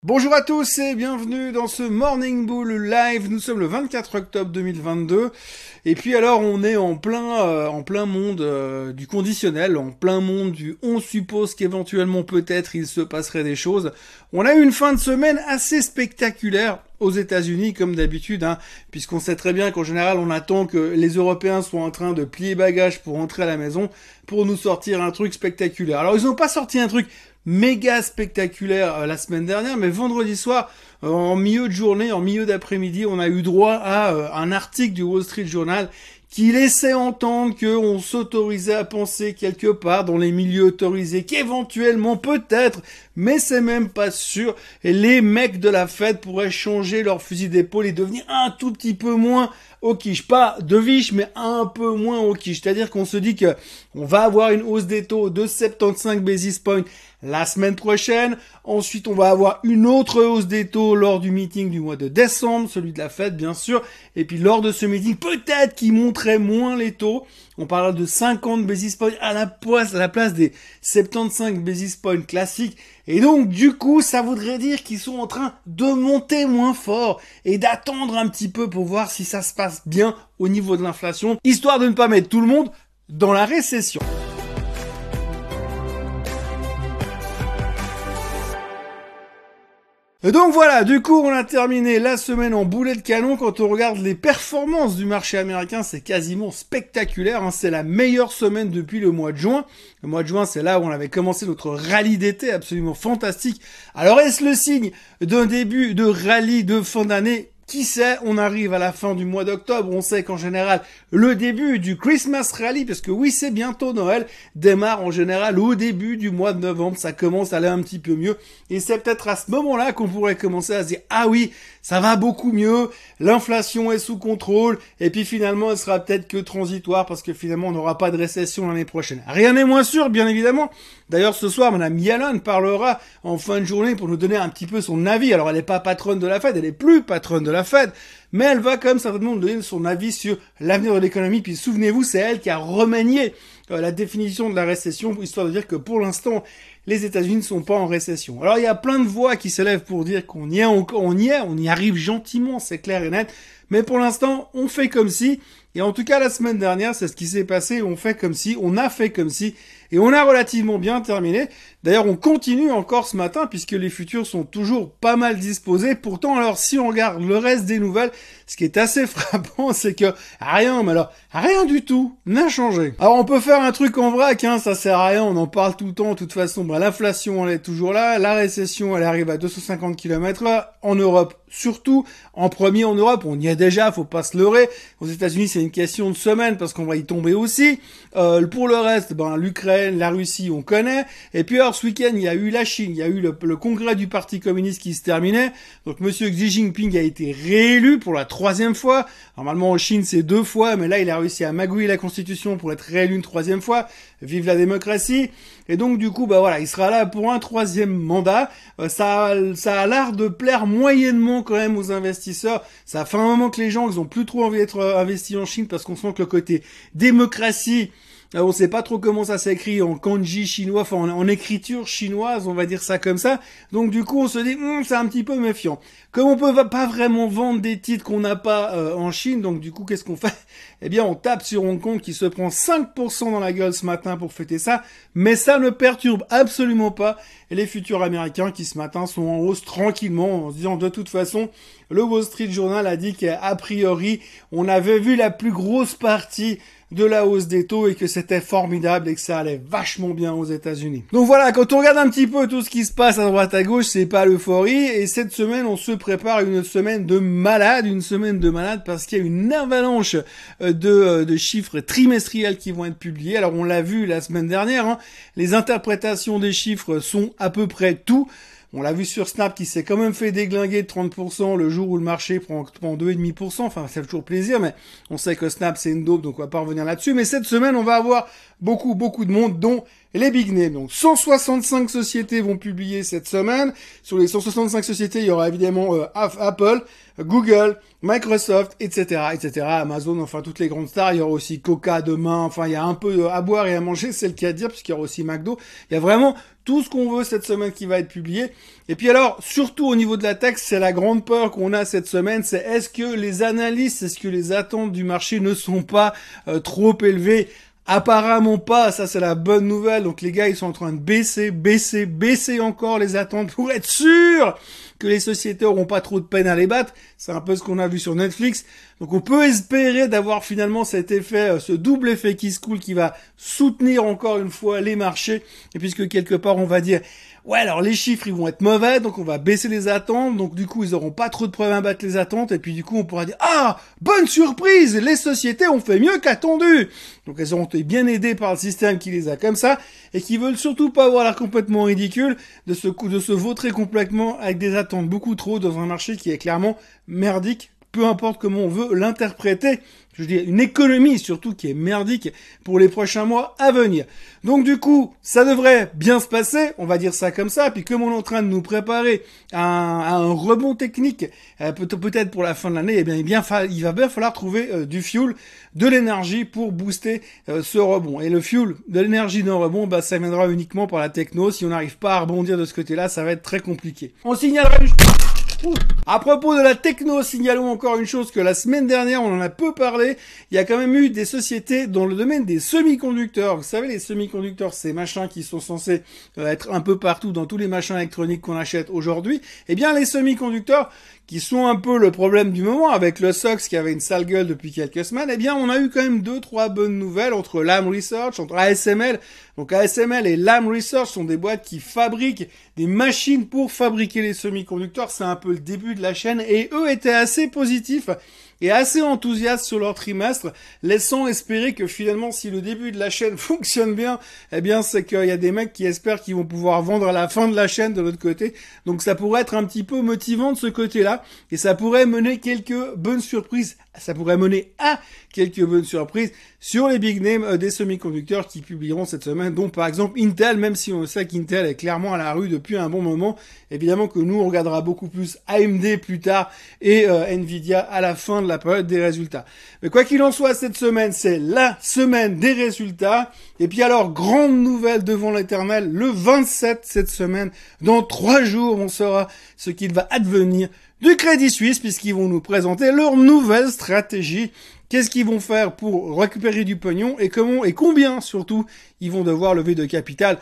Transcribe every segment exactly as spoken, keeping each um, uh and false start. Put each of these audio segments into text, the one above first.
Bonjour à tous et bienvenue dans ce Morning Bull Live. Nous sommes le vingt-quatre octobre deux mille vingt-deux et puis alors on est en plein euh, en plein monde euh, du conditionnel, en plein monde du on suppose qu'éventuellement peut-être il se passerait des choses. On a eu une fin de semaine assez spectaculaire aux États-Unis comme d'habitude, hein, puisqu'on sait très bien qu'en général on attend que les Européens soient en train de plier bagages pour rentrer à la maison pour nous sortir un truc spectaculaire. Alors ils n'ont pas sorti un truc méga spectaculaire euh, la semaine dernière, mais vendredi soir, euh, en milieu de journée, en milieu d'après-midi, on a eu droit à euh, un article du Wall Street Journal qui laissait entendre qu'on s'autorisait à penser quelque part dans les milieux autorisés qu'éventuellement, peut-être, mais c'est même pas sûr, et les mecs de la Fed pourraient changer leur fusil d'épaule et devenir un tout petit peu moins au quiche. Pas de viche, mais un peu moins au quiche. C'est-à-dire qu'on se dit que on va avoir une hausse des taux de soixante-quinze basis points la semaine prochaine. Ensuite, on va avoir une autre hausse des taux lors du meeting du mois de décembre, celui de la Fed, bien sûr. Et puis, lors de ce meeting, peut-être qu'ils monteraient moins les taux. On parlera de cinquante basis points à la place, à la place des soixante-quinze basis points classiques. Et donc, du coup, ça voudrait dire qu'ils sont en train de monter moins fort et d'attendre un petit peu pour voir si ça se passe bien au niveau de l'inflation, histoire de ne pas mettre tout le monde dans la récession. Et donc voilà, du coup on a terminé la semaine en boulet de canon. Quand on regarde les performances du marché américain, c'est quasiment spectaculaire, hein. C'est la meilleure semaine depuis le mois de juin. Le mois de juin, c'est là où on avait commencé notre rallye d'été absolument fantastique. Alors est-ce le signe d'un début de rallye de fin d'année ? Qui sait, on arrive à la fin du mois d'octobre, on sait qu'en général, le début du Christmas Rally, parce que oui, c'est bientôt Noël, démarre en général au début du mois de novembre, ça commence à aller un petit peu mieux, et c'est peut-être à ce moment-là qu'on pourrait commencer à se dire, ah oui, ça va beaucoup mieux, l'inflation est sous contrôle, et puis finalement, elle sera peut-être que transitoire, parce que finalement, on n'aura pas de récession l'année prochaine. Rien n'est moins sûr, bien évidemment. D'ailleurs, ce soir, Madame Yellen parlera en fin de journée pour nous donner un petit peu son avis. Alors, elle n'est pas patronne de la Fed, elle est plus patronne de la Fed, mais elle va quand même certainement nous donner son avis sur l'avenir de l'économie. Puis souvenez-vous, c'est elle qui a remanié euh, la définition de la récession, histoire de dire que pour l'instant, les États-Unis ne sont pas en récession. Alors il y a plein de voix qui s'élèvent pour dire qu'on y est, on, on y est, on y arrive gentiment, c'est clair et net. Mais pour l'instant, on fait comme si. Et en tout cas, la semaine dernière, c'est ce qui s'est passé. On fait comme si, on a fait comme si, et on a relativement bien terminé. D'ailleurs, on continue encore ce matin puisque les futurs sont toujours pas mal disposés. Pourtant, alors, si on regarde le reste des nouvelles, ce qui est assez frappant, c'est que rien, mais alors, rien du tout n'a changé. Alors, on peut faire un truc en vrac, hein, ça sert à rien, on en parle tout le temps. De toute façon, bah, l'inflation, elle est toujours là. La récession, elle arrive à deux cent cinquante kilomètres là. En Europe, surtout. En premier en Europe, on y est déjà, faut pas se leurrer. Aux États-Unis, c'est une question de semaine parce qu'on va y tomber aussi. Euh, pour le reste, ben, l'Ukraine, la Russie, on connaît. Et puis, alors, ce week-end, il y a eu la Chine, il y a eu le, le congrès du Parti communiste qui se terminait. Donc, monsieur Xi Jinping a été réélu pour la troisième fois. Normalement, en Chine, c'est deux fois, mais là, il a réussi à magouiller la Constitution pour être réélu une troisième fois. Vive la démocratie. Et donc, du coup, bah voilà, il sera là pour un troisième mandat. Euh, ça, ça a l'air de plaire moyennement quand même aux investisseurs. Ça fait un moment que les gens, ils ont plus trop envie d'être investis en Chine parce qu'on sent que le côté démocratie, on ne sait pas trop comment ça s'écrit en kanji chinois, enfin en, en écriture chinoise, on va dire ça comme ça. Donc du coup, on se dit, hm, c'est un petit peu méfiant. Comme on peut pas vraiment vendre des titres qu'on n'a pas euh, en Chine, donc du coup, qu'est-ce qu'on fait ? Eh bien, on tape sur Hong Kong qui se prend cinq pour cent dans la gueule ce matin pour fêter ça, mais ça ne perturbe absolument pas les futurs américains qui ce matin sont en hausse tranquillement en se disant de toute façon, le Wall Street Journal a dit qu'a priori, on avait vu la plus grosse partie de la hausse des taux et que c'était formidable et que ça allait vachement bien aux États-Unis. Donc voilà, quand on regarde un petit peu tout ce qui se passe à droite à gauche, c'est pas l'euphorie. Et cette semaine, on se prépare à une semaine de malade, une semaine de malade parce qu'il y a une avalanche de, de chiffres trimestriels qui vont être publiés. Alors on l'a vu la semaine dernière, hein, les interprétations des chiffres sont à peu près tout. On l'a vu sur Snap qui s'est quand même fait déglinguer de trente pour cent le jour où le marché prend, prend deux virgule cinq pour cent. Enfin, ça fait toujours plaisir, mais on sait que Snap, c'est une dope, donc on va pas revenir là-dessus. Mais cette semaine, on va avoir beaucoup, beaucoup de monde, dont les big names. Donc cent soixante-cinq sociétés vont publier cette semaine. Sur les cent soixante-cinq sociétés, il y aura évidemment euh, Apple, Google, Microsoft, et cetera, et cetera, Amazon, enfin toutes les grandes stars. Il y aura aussi Coca demain. Enfin, il y a un peu à boire et à manger, c'est le cas de dire, puisqu'il y aura aussi McDo. Il y a vraiment tout ce qu'on veut cette semaine qui va être publié. Et puis alors, surtout au niveau de la tech, c'est la grande peur qu'on a cette semaine, c'est est-ce que les analystes, est-ce que les attentes du marché ne sont pas euh, trop élevées? Apparemment pas, ça c'est la bonne nouvelle. Donc les gars, ils sont en train de baisser, baisser, baisser encore les attentes pour être sûr que les sociétés auront pas trop de peine à les battre. C'est un peu ce qu'on a vu sur Netflix. Donc on peut espérer d'avoir finalement cet effet, ce double effet qui se coule qui va soutenir encore une fois les marchés. Et puisque quelque part on va dire, ouais alors les chiffres ils vont être mauvais, donc on va baisser les attentes. Donc du coup ils auront pas trop de problèmes à battre les attentes. Et puis du coup on pourra dire, ah bonne surprise, les sociétés ont fait mieux qu'attendu. Donc elles auront été bien aidées par le système qui les a comme ça et qui veulent surtout pas avoir l'air complètement ridicule de se de se vautrer complètement avec des attentes beaucoup trop dans un marché qui est clairement merdique, peu importe comment on veut l'interpréter. Je veux dire, une économie surtout qui est merdique pour les prochains mois à venir. Donc du coup, ça devrait bien se passer, on va dire ça comme ça, puis comme on est en train de nous préparer à un, à un rebond technique, euh, peut-être pour la fin de l'année, eh bien, eh bien il va bien falloir trouver euh, du fuel, de l'énergie pour booster euh, ce rebond. Et le fuel, de l'énergie d'un rebond, bah, ça viendra uniquement par la techno. Si on n'arrive pas à rebondir de ce côté-là, ça va être très compliqué. On signalera une... Ouh. À propos de la techno, signalons encore une chose que la semaine dernière, on en a peu parlé. Il y a quand même eu des sociétés dans le domaine des semi-conducteurs. Vous savez, les semi-conducteurs, ces machins qui sont censés être un peu partout dans tous les machins électroniques qu'on achète aujourd'hui. Eh bien, les semi-conducteurs, qui sont un peu le problème du moment avec le S O X qui avait une sale gueule depuis quelques semaines, eh bien, on a eu quand même deux, trois bonnes nouvelles entre Lam Research, entre A S M L. Donc, A S M L et Lam Research sont des boîtes qui fabriquent des machines pour fabriquer les semi-conducteurs. C'est un peu le début de la chaîne et eux étaient assez positifs et assez enthousiastes sur leur trimestre, laissant espérer que finalement, si le début de la chaîne fonctionne bien, eh bien, c'est qu'il y a des mecs qui espèrent qu'ils vont pouvoir vendre à la fin de la chaîne de l'autre côté. Donc, ça pourrait être un petit peu motivant de ce côté-là et ça pourrait mener quelques bonnes surprises. Ça pourrait mener à quelques bonnes surprises sur les big names des semi-conducteurs qui publieront cette semaine, dont par exemple Intel, même si on sait qu'Intel est clairement à la rue depuis un bon moment. Évidemment que nous, on regardera beaucoup plus A M D plus tard et euh, Nvidia à la fin de la période des résultats. Mais quoi qu'il en soit, cette semaine, c'est la semaine des résultats. Et puis alors, grande nouvelle devant l'éternel, le vingt-sept cette semaine, dans trois jours, on saura ce qu'il va advenir du Crédit Suisse, puisqu'ils vont nous présenter leur nouvelle stratégie. Qu'est-ce qu'ils vont faire pour récupérer du pognon et comment et combien surtout ils vont devoir lever de capital.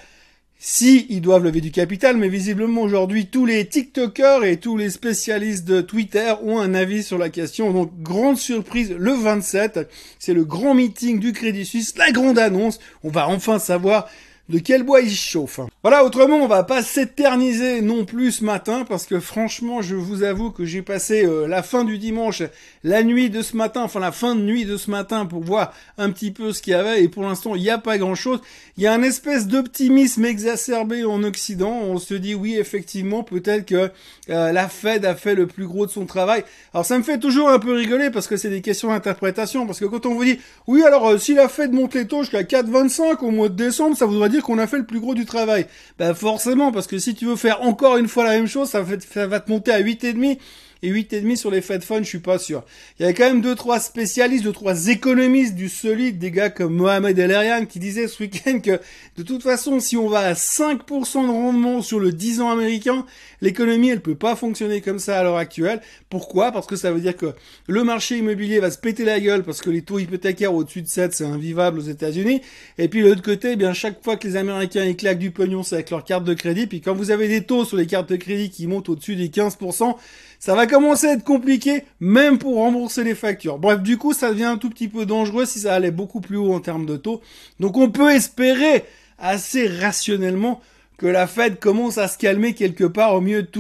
Si ils doivent lever du capital, mais visiblement aujourd'hui tous les TikTokers et tous les spécialistes de Twitter ont un avis sur la question. Donc grande surprise, le vingt-sept, c'est le grand meeting du Crédit Suisse, la grande annonce. On va enfin savoir de quel bois il chauffe. Voilà, autrement, on va pas s'éterniser non plus ce matin, parce que franchement, je vous avoue que j'ai passé euh, la fin du dimanche, la nuit de ce matin, enfin la fin de nuit de ce matin, pour voir un petit peu ce qu'il y avait, et pour l'instant, il n'y a pas grand-chose. Il y a un espèce d'optimisme exacerbé en Occident. On se dit, oui, effectivement, peut-être que euh, la Fed a fait le plus gros de son travail. Alors, ça me fait toujours un peu rigoler, parce que c'est des questions d'interprétation, parce que quand on vous dit, oui, alors, euh, si la Fed monte les taux jusqu'à quatre virgule vingt-cinq au mois de décembre, ça voudrait dire qu'on a fait le plus gros du travail. Ben forcément, parce que si tu veux faire encore une fois la même chose, ça, fait, ça va te monter à huit virgule cinq. Et huit virgule cinq sur les Fed Funds, je suis pas sûr. Il y avait quand même deux, trois spécialistes, deux, trois économistes du solide, des gars comme Mohamed El-Erian qui disaient ce week-end que de toute façon, si on va à cinq pour cent de rendement sur le dix ans américain, l'économie, elle peut pas fonctionner comme ça à l'heure actuelle. Pourquoi? Parce que ça veut dire que le marché immobilier va se péter la gueule parce que les taux hypothécaires au-dessus de sept, c'est invivable aux États-Unis. Et puis de l'autre côté, eh bien chaque fois que les Américains ils claquent du pognon, c'est avec leur carte de crédit. Puis quand vous avez des taux sur les cartes de crédit qui montent au-dessus des quinze pour cent, ça va commencer à être compliqué, même pour rembourser les factures. Bref, du coup, ça devient un tout petit peu dangereux si ça allait beaucoup plus haut en termes de taux. Donc on peut espérer assez rationnellement que la Fed commence à se calmer quelque part au milieu de tout ça.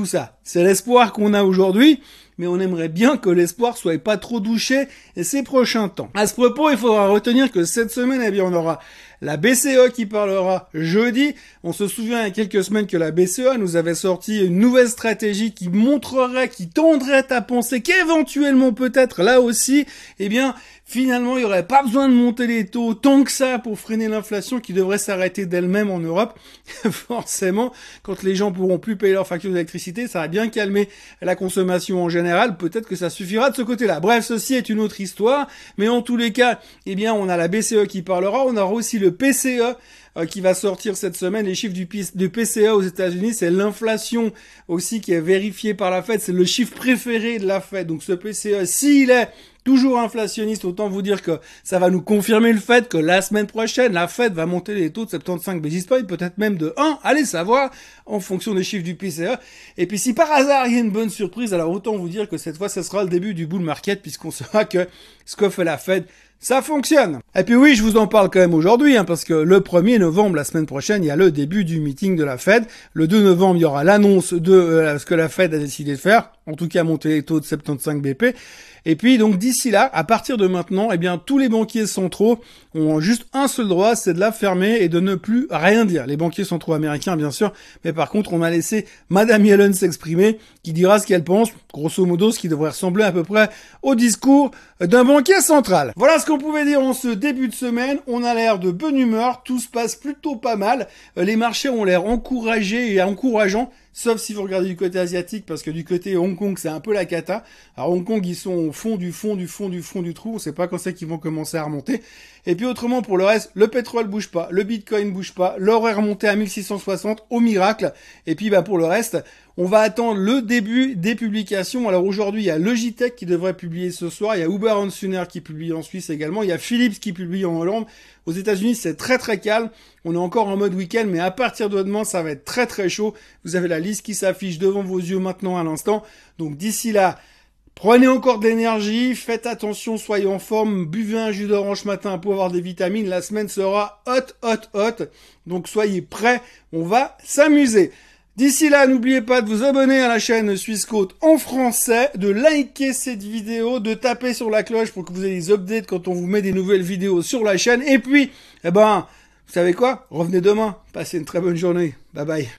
C'est l'espoir qu'on a aujourd'hui, mais on aimerait bien que l'espoir soit pas trop douché ces prochains temps. À ce propos, il faudra retenir que cette semaine, eh bien, on aura la B C E qui parlera jeudi. On se souvient il y a quelques semaines que la B C E nous avait sorti une nouvelle stratégie qui montrerait, qui tendrait à penser qu'éventuellement peut-être là aussi, eh bien, finalement, il n'y aurait pas besoin de monter les taux tant que ça pour freiner l'inflation qui devrait s'arrêter d'elle-même en Europe. Forcément, quand les gens pourront plus payer leurs factures d'électricité, ça va bien calmer la consommation en général. Peut-être que ça suffira de ce côté-là. Bref, ceci est une autre histoire. Mais en tous les cas, eh bien, on a la B C E qui parlera. On aura aussi le P C E euh, qui va sortir cette semaine. Les chiffres du, du P C E aux États-Unis, c'est l'inflation aussi qui est vérifiée par la Fed. C'est le chiffre préféré de la Fed. Donc ce P C E, s'il est toujours inflationniste, autant vous dire que ça va nous confirmer le fait que la semaine prochaine, la Fed va monter les taux de soixante-quinze basis points, peut-être même de un, allez savoir, en fonction des chiffres du P C E. Et puis si par hasard il y a une bonne surprise, alors autant vous dire que cette fois, ce sera le début du bull market, puisqu'on saura que ce que fait la Fed, ça fonctionne. Et puis oui, je vous en parle quand même aujourd'hui, hein, parce que le premier novembre, la semaine prochaine, il y a le début du meeting de la Fed. Le deux novembre, il y aura l'annonce de euh, ce que la Fed a décidé de faire, en tout cas monter les taux de soixante-quinze B P. Et puis donc d'ici là, à partir de maintenant, eh bien tous les banquiers centraux ont juste un seul droit, c'est de la fermer et de ne plus rien dire. Les banquiers centraux américains, bien sûr, mais par contre, on a laissé Madame Yellen s'exprimer, qui dira ce qu'elle pense, grosso modo, ce qui devrait ressembler à peu près au discours d'un banquier central. Voilà ce qu'on pouvait dire en ce début de semaine. On a l'air de bonne humeur, tout se passe plutôt pas mal. Les marchés ont l'air encouragés et encourageants. Sauf si vous regardez du côté asiatique, parce que du côté Hong Kong, c'est un peu la cata. Alors Hong Kong, ils sont au fond du fond du fond du fond du trou. On sait pas quand c'est qu'ils vont commencer à remonter. Et puis autrement, pour le reste, le pétrole bouge pas, le bitcoin bouge pas, l'or est remonté à mille six cent soixante au miracle. Et puis bah pour le reste, on va attendre le début des publications. Alors aujourd'hui, il y a Logitech qui devrait publier ce soir, il y a Uber Suner qui publie en Suisse également, il y a Philips qui publie en Hollande. Aux États-Unis, c'est très très calme. On est encore en mode week-end, mais à partir de demain, ça va être très très chaud. Vous avez la liste qui s'affiche devant vos yeux maintenant à l'instant. Donc d'ici là, prenez encore de l'énergie, faites attention, soyez en forme, buvez un jus d'orange matin pour avoir des vitamines. La semaine sera hot, hot, hot. Donc soyez prêts, on va s'amuser. D'ici là, n'oubliez pas de vous abonner à la chaîne Suisse Côte en français, de liker cette vidéo, de taper sur la cloche pour que vous ayez les updates quand on vous met des nouvelles vidéos sur la chaîne. Et puis, eh ben, vous savez quoi? Revenez demain. Passez une très bonne journée. Bye bye.